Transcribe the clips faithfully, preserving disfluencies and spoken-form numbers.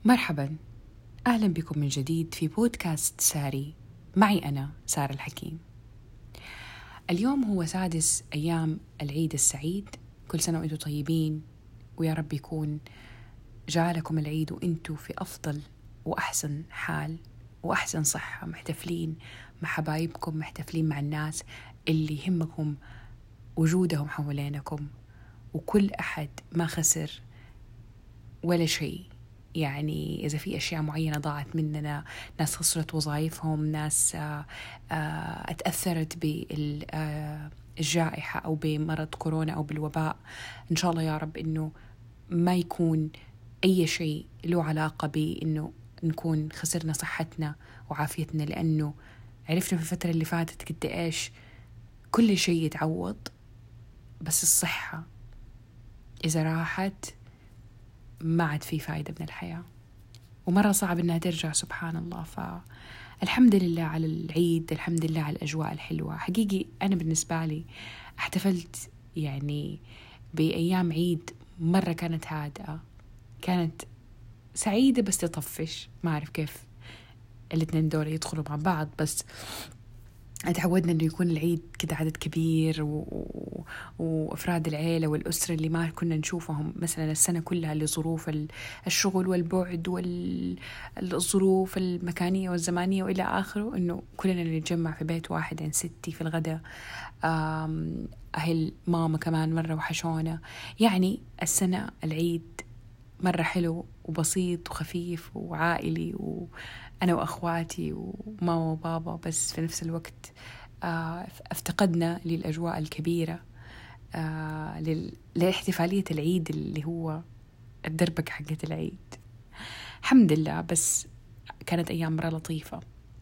مرحبا، أهلا بكم من جديد في بودكاست ساري. معي أنا سارة الحكيم. اليوم هو سادس أيام العيد السعيد، كل سنة وأنتم طيبين، ويا رب يكون جعلكم العيد وأنتم في أفضل وأحسن حال وأحسن صحة، محتفلين مع حبايبكم، محتفلين مع الناس اللي يهمكم وجودهم حوالينكم، وكل أحد ما خسر ولا شيء. يعني إذا في أشياء معينة ضاعت مننا، ناس خسرت وظائفهم، ناس آآ آآ اتأثرت بالجائحة أو بمرض كورونا أو بالوباء، إن شاء الله يا رب إنه ما يكون أي شيء له علاقة بإنه نكون خسرنا صحتنا وعافيتنا، لأنه عرفنا في الفترة اللي فاتت قد إيش كل شيء يتعوض، بس الصحة إذا راحت ما عاد في فايدة من الحياة، ومرة صعب إنها ترجع سبحان الله. فالحمد لله على العيد، الحمد لله على الأجواء الحلوة. حقيقي أنا بالنسبة لي احتفلت يعني بأيام عيد مرة كانت هادئة، كانت سعيدة بس تطفش، ما أعرف كيف الاثنين دول يدخلوا مع بعض، بس اتعودنا إنه يكون العيد كده عدد كبير و... و... وأفراد العيلة والأسرة اللي ما كنا نشوفهم مثلا السنة كلها لظروف الشغل والبعد والظروف المكانية والزمانية وإلى آخره، إنه كلنا نتجمع في بيت واحد عند ستي في الغداء. أهل ماما كمان مرة وحشونا. يعني السنة العيد مرة حلو وبسيط وخفيف وعائلي، وأنا وأخواتي وماما وبابا، بس في نفس الوقت افتقدنا للأجواء الكبيرة، لاحتفالية العيد اللي هو الدربك حقة العيد. الحمد لله، بس كانت أيام مرة لطيفة.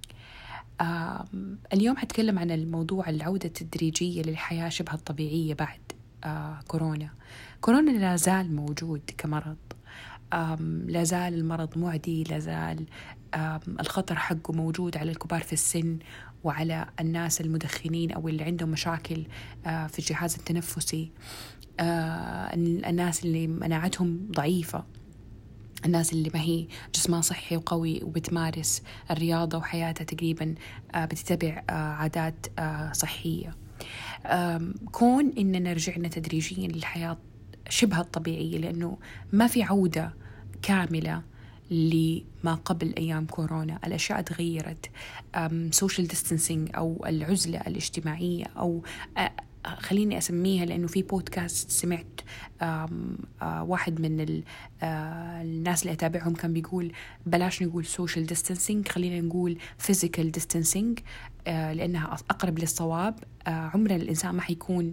اليوم حتكلم عن الموضوع العودة التدريجية للحياة شبه الطبيعية بعد كورونا. كورونا لا زال موجود كمرض، لا زال المرض معدي، لا زال الخطر حقه موجود على الكبار في السن وعلى الناس المدخنين أو اللي عندهم مشاكل في الجهاز التنفسي، الناس اللي مناعتهم ضعيفة، الناس اللي ما هي جسمها صحي وقوي وبتمارس الرياضة وحياتها تقريبا بتتبع عادات صحية. كون إننا رجعنا تدريجيا للحياة شبه الطبيعية، لأنه ما في عودة كاملة لما قبل أيام كورونا. الأشياء تغيرت، سوشيال ديستانسينج أو العزلة الاجتماعية، أو خليني أسميها لأنه في بودكاست سمعت آم آم واحد من الناس اللي أتابعهم كان بيقول بلاش نقول social distancing، خلينا نقول physical distancing، لأنها أقرب للصواب. عمر الإنسان ما حيكون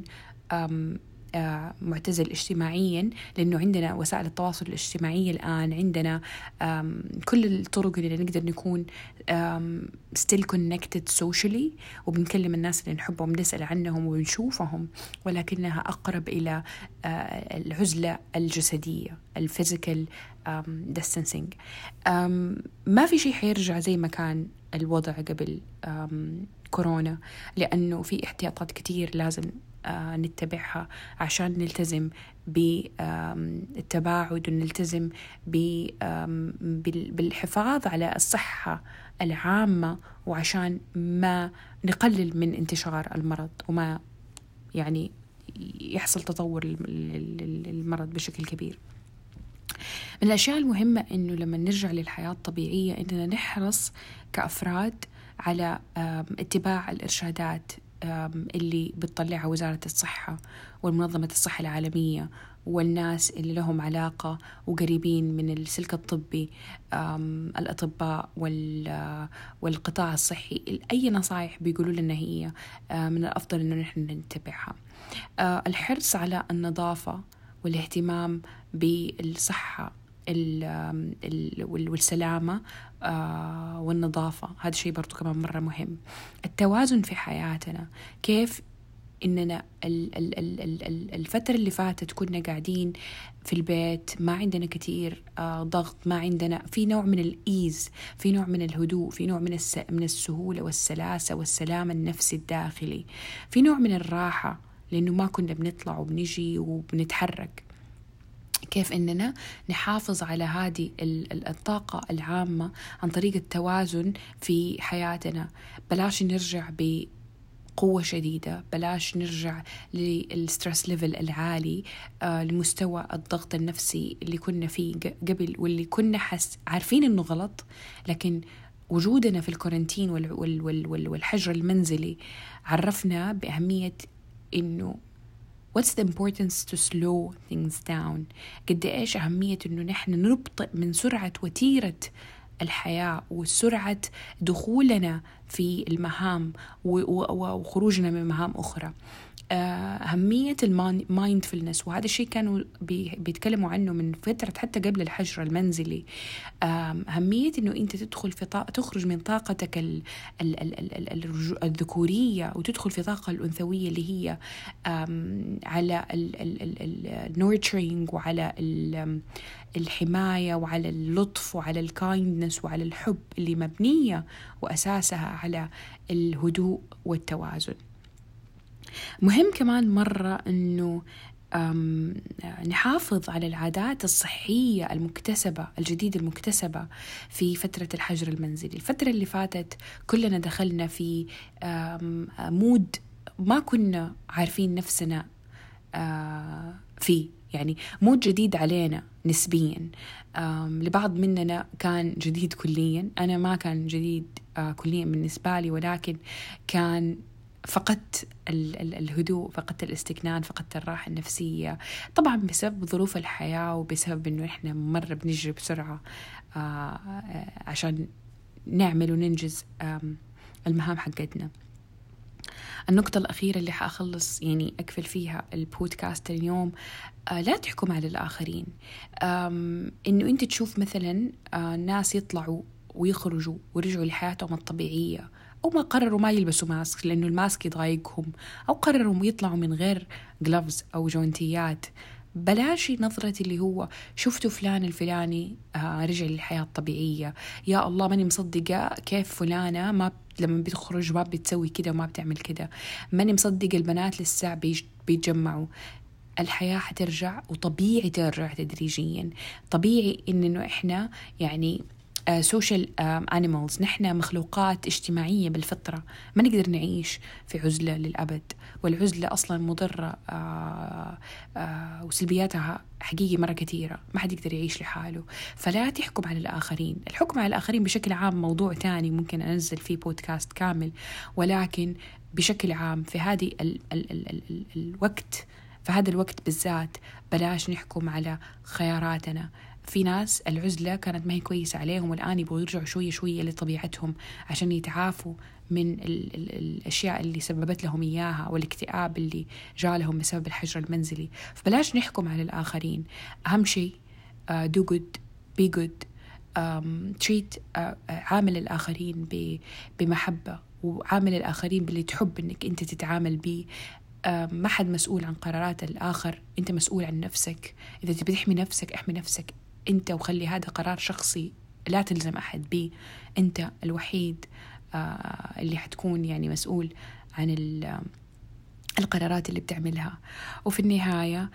معتزل اجتماعيا، لأنه عندنا وسائل التواصل الاجتماعي الآن، عندنا كل الطرق اللي نقدر نكون still connected socially، وبنكلم الناس اللي نحبهم، نسأل عنهم ونشوفهم، ولكنها أقرب إلى العزلة الجسدية، الفيزيكال distancing. ما في شيء حيرجع زي ما كان الوضع قبل كورونا، لأنه في احتياطات كتير لازم نتبعها عشان نلتزم بالتباعد ونلتزم بالحفاظ على الصحة العامة، وعشان ما نقلل من انتشار المرض وما يعني يحصل تطور المرض بشكل كبير. من الأشياء المهمة إنه لما نرجع للحياة الطبيعية إننا نحرص كأفراد على اتباع الإرشادات اللي بتطلعها وزارة الصحة والمنظمة الصحة العالمية والناس اللي لهم علاقة وقريبين من السلك الطبي، الأطباء والقطاع الصحي. أي نصائح بيقولوا لنا هي من الأفضل إنه نحن نتبعها. الحرص على النظافة والاهتمام بالصحة والسلامة والنظافة، هذا شيء برضو كمان مرة مهم. التوازن في حياتنا، كيف إننا الفترة اللي فاتت كنا قاعدين في البيت، ما عندنا كتير ضغط، ما عندنا في نوع من الإيز، في نوع من الهدوء، في نوع من من السهولة والسلاسة والسلام النفسي الداخلي، في نوع من الراحة، لأنه ما كنا بنطلع وبنجي وبنتحرك. كيف إننا نحافظ على هذه الطاقة العامة عن طريق التوازن في حياتنا. بلاش نرجع بقوة شديدة، بلاش نرجع للسترس ليفل العالي، آه لمستوى الضغط النفسي اللي كنا فيه قبل واللي كنا حس عارفين إنه غلط، لكن وجودنا في الكورنتين والحجر المنزلي عرفنا بأهمية إنه what's the importance to slow things down. قد إيش أهمية إنه نحن نبطئ من سرعة وتيرة الحياة وسرعة دخولنا في المهام وخروجنا من مهام أخرى. أهمية المايندفولنس، وهذا الشيء كانوا بيتكلموا عنه من فترة حتى قبل الحجر المنزلي. أهمية إنه أنت تدخل في طاقة، تخرج من طاقتك ال ال ال ال الذكورية وتدخل في طاقة الأنثوية اللي هي على النورترينج وعلى الحماية وعلى اللطف وعلى الكايندنس وعلى الحب اللي مبنية وأساسها على الهدوء والتوازن. مهم كمان مرة أنه نحافظ على العادات الصحية المكتسبة الجديدة المكتسبة في فترة الحجر المنزلي. الفترة اللي فاتت كلنا دخلنا في مود ما كنا عارفين نفسنا فيه، يعني مود جديد علينا نسبيا. لبعض مننا كان جديد كليا، أنا ما كان جديد كليا بالنسبة لي، ولكن كان فقدت الهدوء، فقدت الاستكنان، فقدت الراحة النفسية، طبعا بسبب ظروف الحياة وبسبب إنه إحنا مرة بنجري بسرعة عشان نعمل وننجز المهام حقتنا. النقطة الأخيرة اللي حأخلص يعني أكفل فيها البودكاست اليوم، لا تحكم على الآخرين. إنه أنت تشوف مثلا ناس يطلعوا ويخرجوا ورجعوا لحياتهم الطبيعية، أو ما قرروا ما يلبسوا ماسك لأنه الماسك يضايقهم، أو قرروا يطلعوا من غير جلوفز أو جوانتيات. بلاش نظرة اللي هو شفتوا فلان الفلاني آه رجع للحياة الطبيعية، يا الله ماني مصدقة كيف فلانة ما لما بتخرج ما بتسوي كده وما بتعمل كده، ماني مصدقة البنات لسه بيتجمعوا. الحياة حترجع، وطبيعي ترجع تدريجيا. طبيعي إنه إحنا يعني social animals، نحن مخلوقات اجتماعية بالفطرة، ما نقدر نعيش في عزلة للأبد، والعزلة أصلا مضرة آآ آآ وسلبياتها حقيقي مرة كثيرة، ما حد يقدر يعيش لحاله. فلا تحكم على الآخرين. الحكم على الآخرين بشكل عام موضوع تاني ممكن أنزل فيه بودكاست كامل، ولكن بشكل عام في هذه ال ال ال ال ال الوقت في هذا الوقت بالذات بلاش نحكم على خياراتنا. في ناس العزلة كانت ما هي كويسة عليهم، والآن يبغوا يرجعوا شوية شوية لطبيعتهم عشان يتعافوا من ال ال الأشياء اللي سببت لهم إياها والاكتئاب اللي جاء لهم بسبب الحجر المنزلي. فبلاش نحكم على الآخرين. أهم شيء uh, do good, be good, um, treat uh, عامل الآخرين بمحبة، وعامل الآخرين باللي تحب إنك أنت تتعامل به. ما حد مسؤول عن قرارات الآخر، أنت مسؤول عن نفسك. إذا تبي تحمي نفسك احمي نفسك أنت، وخلي هذا قرار شخصي لا تلزم أحد به. أنت الوحيد اللي حتكون يعني مسؤول عن القرارات اللي بتعملها. وفي النهاية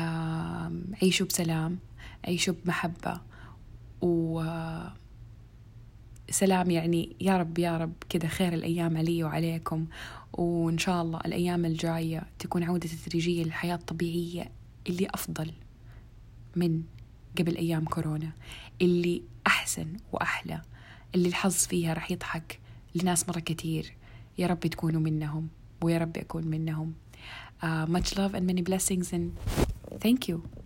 عيشوا بسلام، عيشوا بمحبة وسلام، يعني يا رب يا رب كده خير الأيام علي وعليكم، وإن شاء الله الأيام الجاية تكون عودة تدريجية للحياة الطبيعية اللي أفضل من قبل أيام كورونا، اللي أحسن وأحلى، اللي الحظ فيها رح يضحك لناس مرة كتير. يا رب تكونوا منهم، ويا رب أكون منهم. uh, much love and many blessings and thank you.